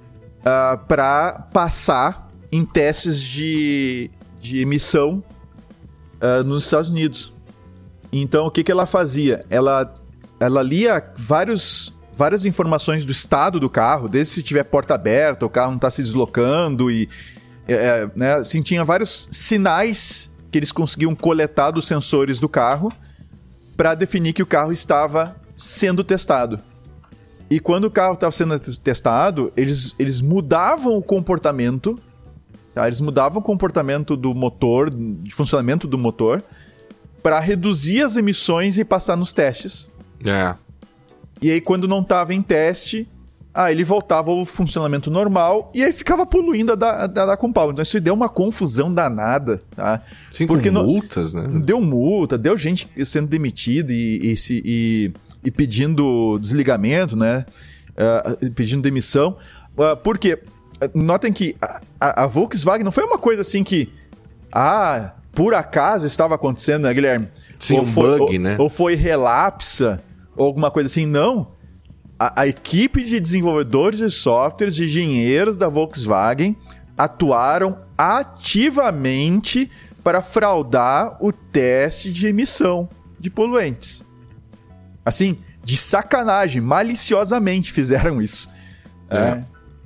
Uh, para passar em testes de, de emissão uh, nos Estados Unidos. Então, o que, que ela fazia? Ela, ela lia vários, várias informações do estado do carro, desde se tiver porta aberta, o carro não está se deslocando, e é, né, assim, tinha vários sinais que eles conseguiam coletar dos sensores do carro para definir que o carro estava sendo testado. E quando o carro estava sendo testado, eles, eles mudavam o comportamento, tá? Eles mudavam o comportamento do motor, de funcionamento do motor, para reduzir as emissões e passar nos testes. É. E aí, quando não estava em teste, aí ele voltava ao funcionamento normal e aí ficava poluindo a da, a da Compal. Então isso deu uma confusão danada, tá? Sim, porque com multas, né? Deu multa, deu gente sendo demitida e, e, se, e, e pedindo desligamento, né? Uh, pedindo demissão. Uh, por quê? Notem que a, a, a Volkswagen não foi uma coisa assim que... Ah, por acaso estava acontecendo, né, Guilherme? Sim, ou um foi, bug, ou, né? Ou foi relapsa, ou alguma coisa assim. Não. A, a equipe de desenvolvedores de softwares, de engenheiros da Volkswagen atuaram ativamente para fraudar o teste de emissão de poluentes. Assim, de sacanagem, maliciosamente fizeram isso. É. É.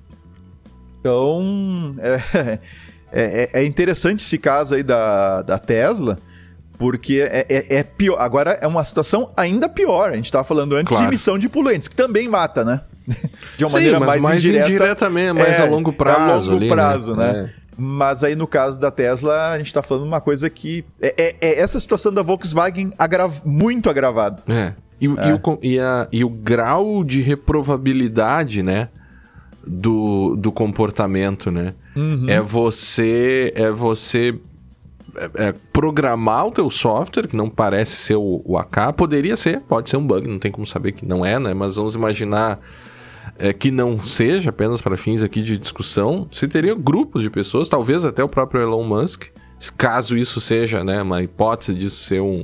Então, é, é, é interessante esse caso aí da, da Tesla, porque é, é, é pior. Agora é uma situação ainda pior. A gente estava falando antes claro. de emissão de poluentes, que também mata, né? De uma Sim, maneira mas mais, mais indireta. indiretamente, mais é, a longo prazo. A longo ali, prazo, né? né? É. Mas aí no caso da Tesla, a gente está falando uma coisa que... É, é, é essa situação da Volkswagen agrav... muito agravada. É. E, é. E, o, e, a, e o grau de reprovabilidade, né? Do, do comportamento, né? Uhum. É você... É você... É, é programar o teu software, que não parece ser o, o A K, poderia ser, pode ser um bug, não tem como saber que não é, né? Mas vamos imaginar é, que não seja, apenas para fins aqui de discussão. Você teria grupos de pessoas, talvez até o próprio Elon Musk, caso isso seja, né, uma hipótese disso ser um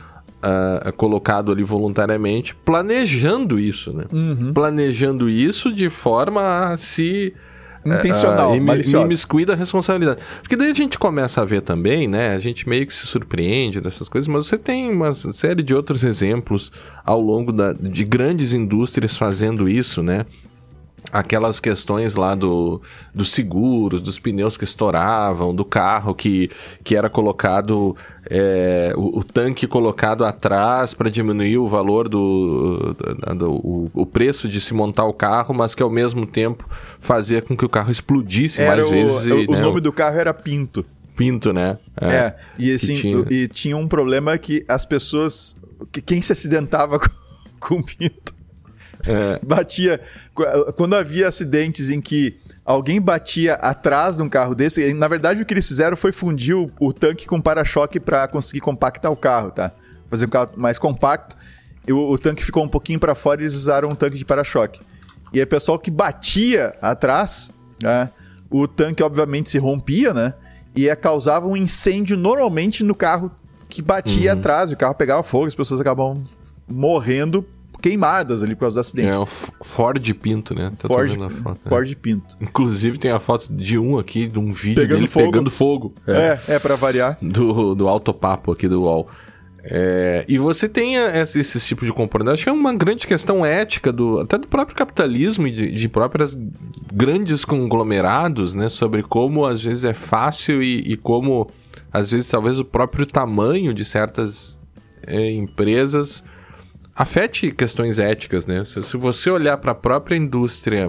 uh, colocado ali voluntariamente, planejando isso, né? Uhum. Planejando isso de forma a se... intencional, uh, maliciosa. Imiscuir da responsabilidade. Porque daí a gente começa a ver também, né? A gente meio que se surpreende dessas coisas, mas você tem uma série de outros exemplos ao longo da, de grandes indústrias fazendo isso, né? Aquelas questões lá do, dos seguros, dos pneus que estouravam, do carro que, que era colocado, é, o, o tanque colocado atrás para diminuir o valor do, do, do o, o preço de se montar o carro, mas que ao mesmo tempo fazia com que o carro explodisse era mais o, vezes. O, e, o né, nome do carro era Pinto. Pinto, né? É, é e assim, tinha... e tinha um problema que as pessoas, que quem se acidentava com, com o Pinto, é. batia, quando havia acidentes em que alguém batia atrás de um carro desse, na verdade o que eles fizeram foi fundir o, o tanque com para-choque para conseguir compactar o carro, tá? Fazer um carro mais compacto, e o, o tanque ficou um pouquinho para fora e eles usaram um tanque de para-choque. E aí o pessoal que batia atrás, né, o tanque obviamente se rompia, né? E causava um incêndio normalmente no carro que batia uhum. atrás, o carro pegava fogo, as pessoas acabavam morrendo queimadas ali por causa do acidente. É o Ford Pinto, né? Tá Ford, vendo a foto, Ford né? Pinto. Inclusive tem a foto de um aqui, de um vídeo pegando dele fogo. pegando fogo. É, é, é pra variar. Do, do autopapo aqui do U O L. É, e você tem esses, esses tipos de comportamento. Acho que é uma grande questão ética, do, até do próprio capitalismo e de, de próprios grandes conglomerados, né? Sobre como às vezes é fácil e, e como às vezes talvez o próprio tamanho de certas é, empresas afete questões éticas, né? Se, se você olhar para a própria indústria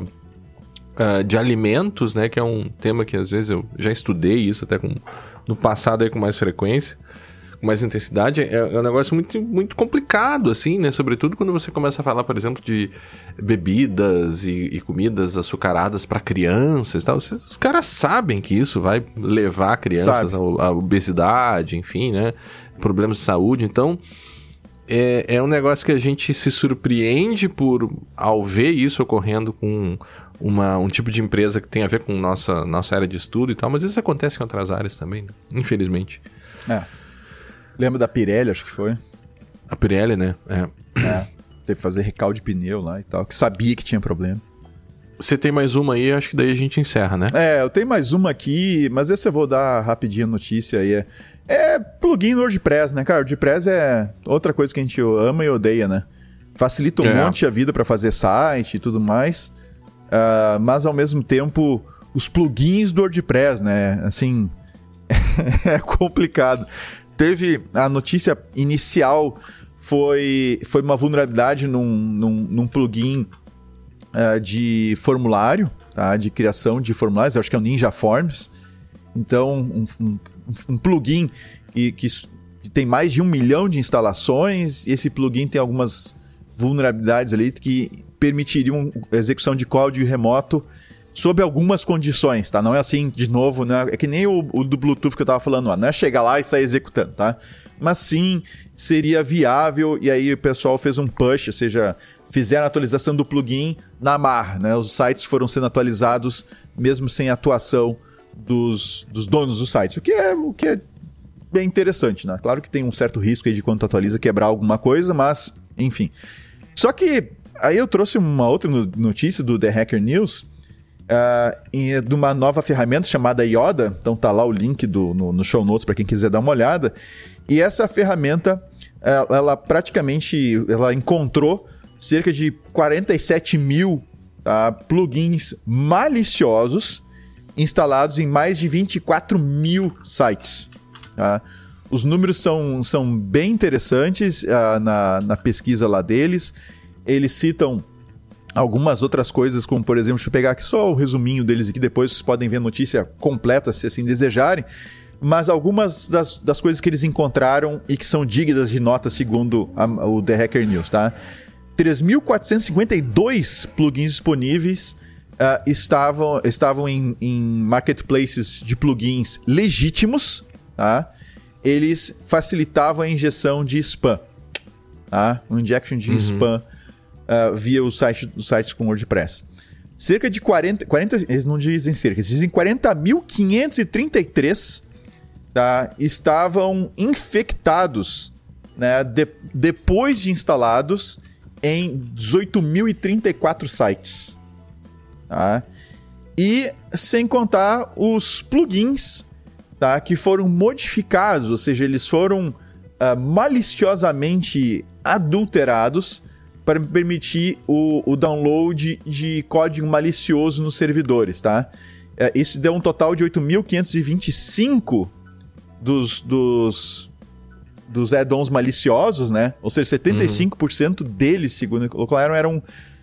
uh, de alimentos, né? Que é um tema que às vezes eu já estudei isso até com, no passado aí com mais frequência, com mais intensidade, é, é um negócio muito, muito complicado, assim, né? Sobretudo quando você começa a falar, por exemplo, de bebidas e, e comidas açucaradas para crianças e tal. Os, os caras sabem que isso vai levar crianças à, à obesidade, enfim, né? Problemas de saúde, então... É, é um negócio que a gente se surpreende por, ao ver isso ocorrendo com uma, um tipo de empresa que tem a ver com nossa, nossa área de estudo e tal, mas isso acontece em outras áreas também, né? Infelizmente. É. Lembra da Pirelli, acho que foi? A Pirelli, né? É. É. Teve que fazer recalque de pneu lá e tal, que sabia que tinha problema. Você tem mais uma aí, acho que daí a gente encerra, né? É, eu tenho mais uma aqui, mas esse eu vou dar rapidinho a notícia aí. É, é plugin no WordPress, né, cara? O WordPress é outra coisa que a gente ama e odeia, né? Facilita um é. monte a vida para fazer site e tudo mais, uh, mas ao mesmo tempo, os plugins do WordPress, né? Assim, é complicado. Teve a notícia inicial, foi, foi uma vulnerabilidade num, num, num plugin uh, de formulário, tá? De criação de formulários, eu acho que é o Ninja Forms. Então, um, um, um plugin que, que tem mais de um milhão de instalações, e esse plugin tem algumas vulnerabilidades ali que permitiriam a execução de código remoto sob algumas condições, tá? Não é assim, de novo, né? É que nem o, o do Bluetooth que eu tava falando, ó, não é chegar lá e sair executando, tá? Mas sim, seria viável, e aí o pessoal fez um push, ou seja, fizeram a atualização do plugin na marra, né? Os sites foram sendo atualizados mesmo sem atuação dos, dos donos dos sites, o que é, o que é bem interessante, né? Claro que tem um certo risco aí de quando tu atualiza quebrar alguma coisa, mas, enfim. Só que aí eu trouxe uma outra notícia do The Hacker News, uh, de uma nova ferramenta chamada Yoda. Então tá lá o link do, no, no show notes para quem quiser dar uma olhada. E essa ferramenta, ela, ela praticamente ela encontrou cerca de quarenta e sete mil tá, plugins maliciosos instalados em mais de vinte e quatro mil sites. Tá? Os números são, são bem interessantes uh, na, na pesquisa lá deles. Eles citam algumas outras coisas, como por exemplo, deixa eu pegar aqui só o resuminho deles aqui, depois vocês podem ver a notícia completa se assim desejarem, mas algumas das, das coisas que eles encontraram e que são dignas de nota segundo a, o The Hacker News, tá? três mil quatrocentos e cinquenta e dois plugins disponíveis uh, estavam, estavam em, em marketplaces de plugins legítimos, tá? Eles facilitavam a injeção de spam, tá? Um injection de uhum. spam uh, via os sites, os sites com WordPress. Cerca de quarenta, quarenta... Eles não dizem cerca, eles dizem quarenta mil quinhentos e trinta e três tá? Estavam infectados, né? De, depois de instalados em dezoito mil e trinta e quatro sites. Tá? E sem contar os plugins, tá, que foram modificados, ou seja, eles foram uh, maliciosamente adulterados para permitir o, o download de código malicioso nos servidores, tá? Uh, isso deu um total de oito mil quinhentos e vinte e cinco dos, dos, dos add-ons maliciosos, né? Ou seja, setenta e cinco por cento uhum. deles, segundo colocaram, eram...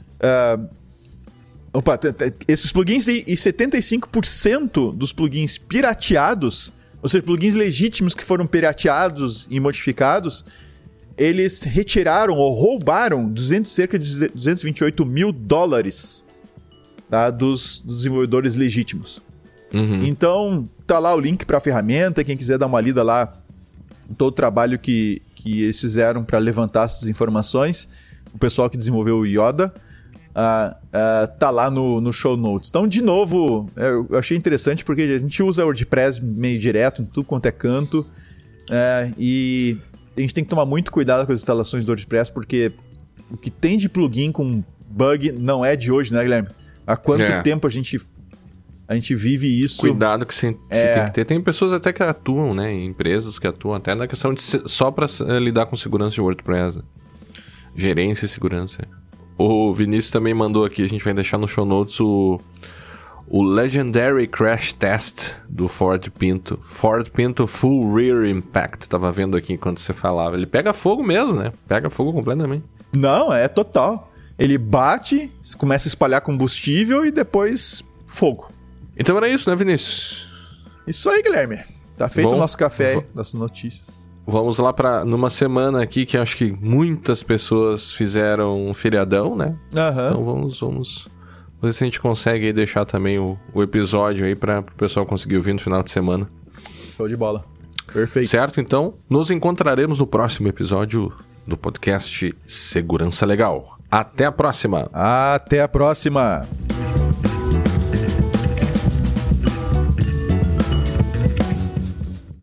Uh, Opa, esses plugins e, e setenta e cinco por cento dos plugins pirateados, ou seja, plugins legítimos que foram pirateados e modificados, eles retiraram ou roubaram duzentos, cerca de duzentos e vinte e oito mil dólares tá, dos, dos desenvolvedores legítimos. Uhum. Então, tá lá o link para a ferramenta, quem quiser dar uma lida lá, todo o trabalho que, que eles fizeram para levantar essas informações, o pessoal que desenvolveu o Yoda, Uh, uh, tá lá no, no show notes. Então, de novo, eu achei interessante porque a gente usa o WordPress meio direto em tudo quanto é canto, uh, e a gente tem que tomar muito cuidado com as instalações do WordPress, porque o que tem de plugin com bug não é de hoje, né, Guilherme? Há quanto é. tempo a gente, a gente vive isso? Cuidado que você, é... você tem que ter. Tem pessoas até que atuam, né, empresas que atuam até na questão de só para lidar com segurança de WordPress, né? Gerência e segurança. O Vinícius também mandou aqui, a gente vai deixar no show notes o, o Legendary Crash Test do Ford Pinto. Ford Pinto Full Rear Impact. Tava vendo aqui enquanto você falava. Ele pega fogo mesmo, né? Pega fogo completamente. Não, é total. Ele bate, começa a espalhar combustível e depois fogo. Então era isso, né, Vinícius? Isso aí, Guilherme. Tá feito Bom, o nosso café vou... das notícias. Vamos lá para numa semana aqui que acho que muitas pessoas fizeram um feriadão, né? Uhum. Então vamos, vamos ver se a gente consegue aí deixar também o, o episódio aí para o pessoal conseguir ouvir no final de semana. Show de bola. Perfeito. Certo? Então, nos encontraremos no próximo episódio do podcast Segurança Legal. Até a próxima! Até a próxima!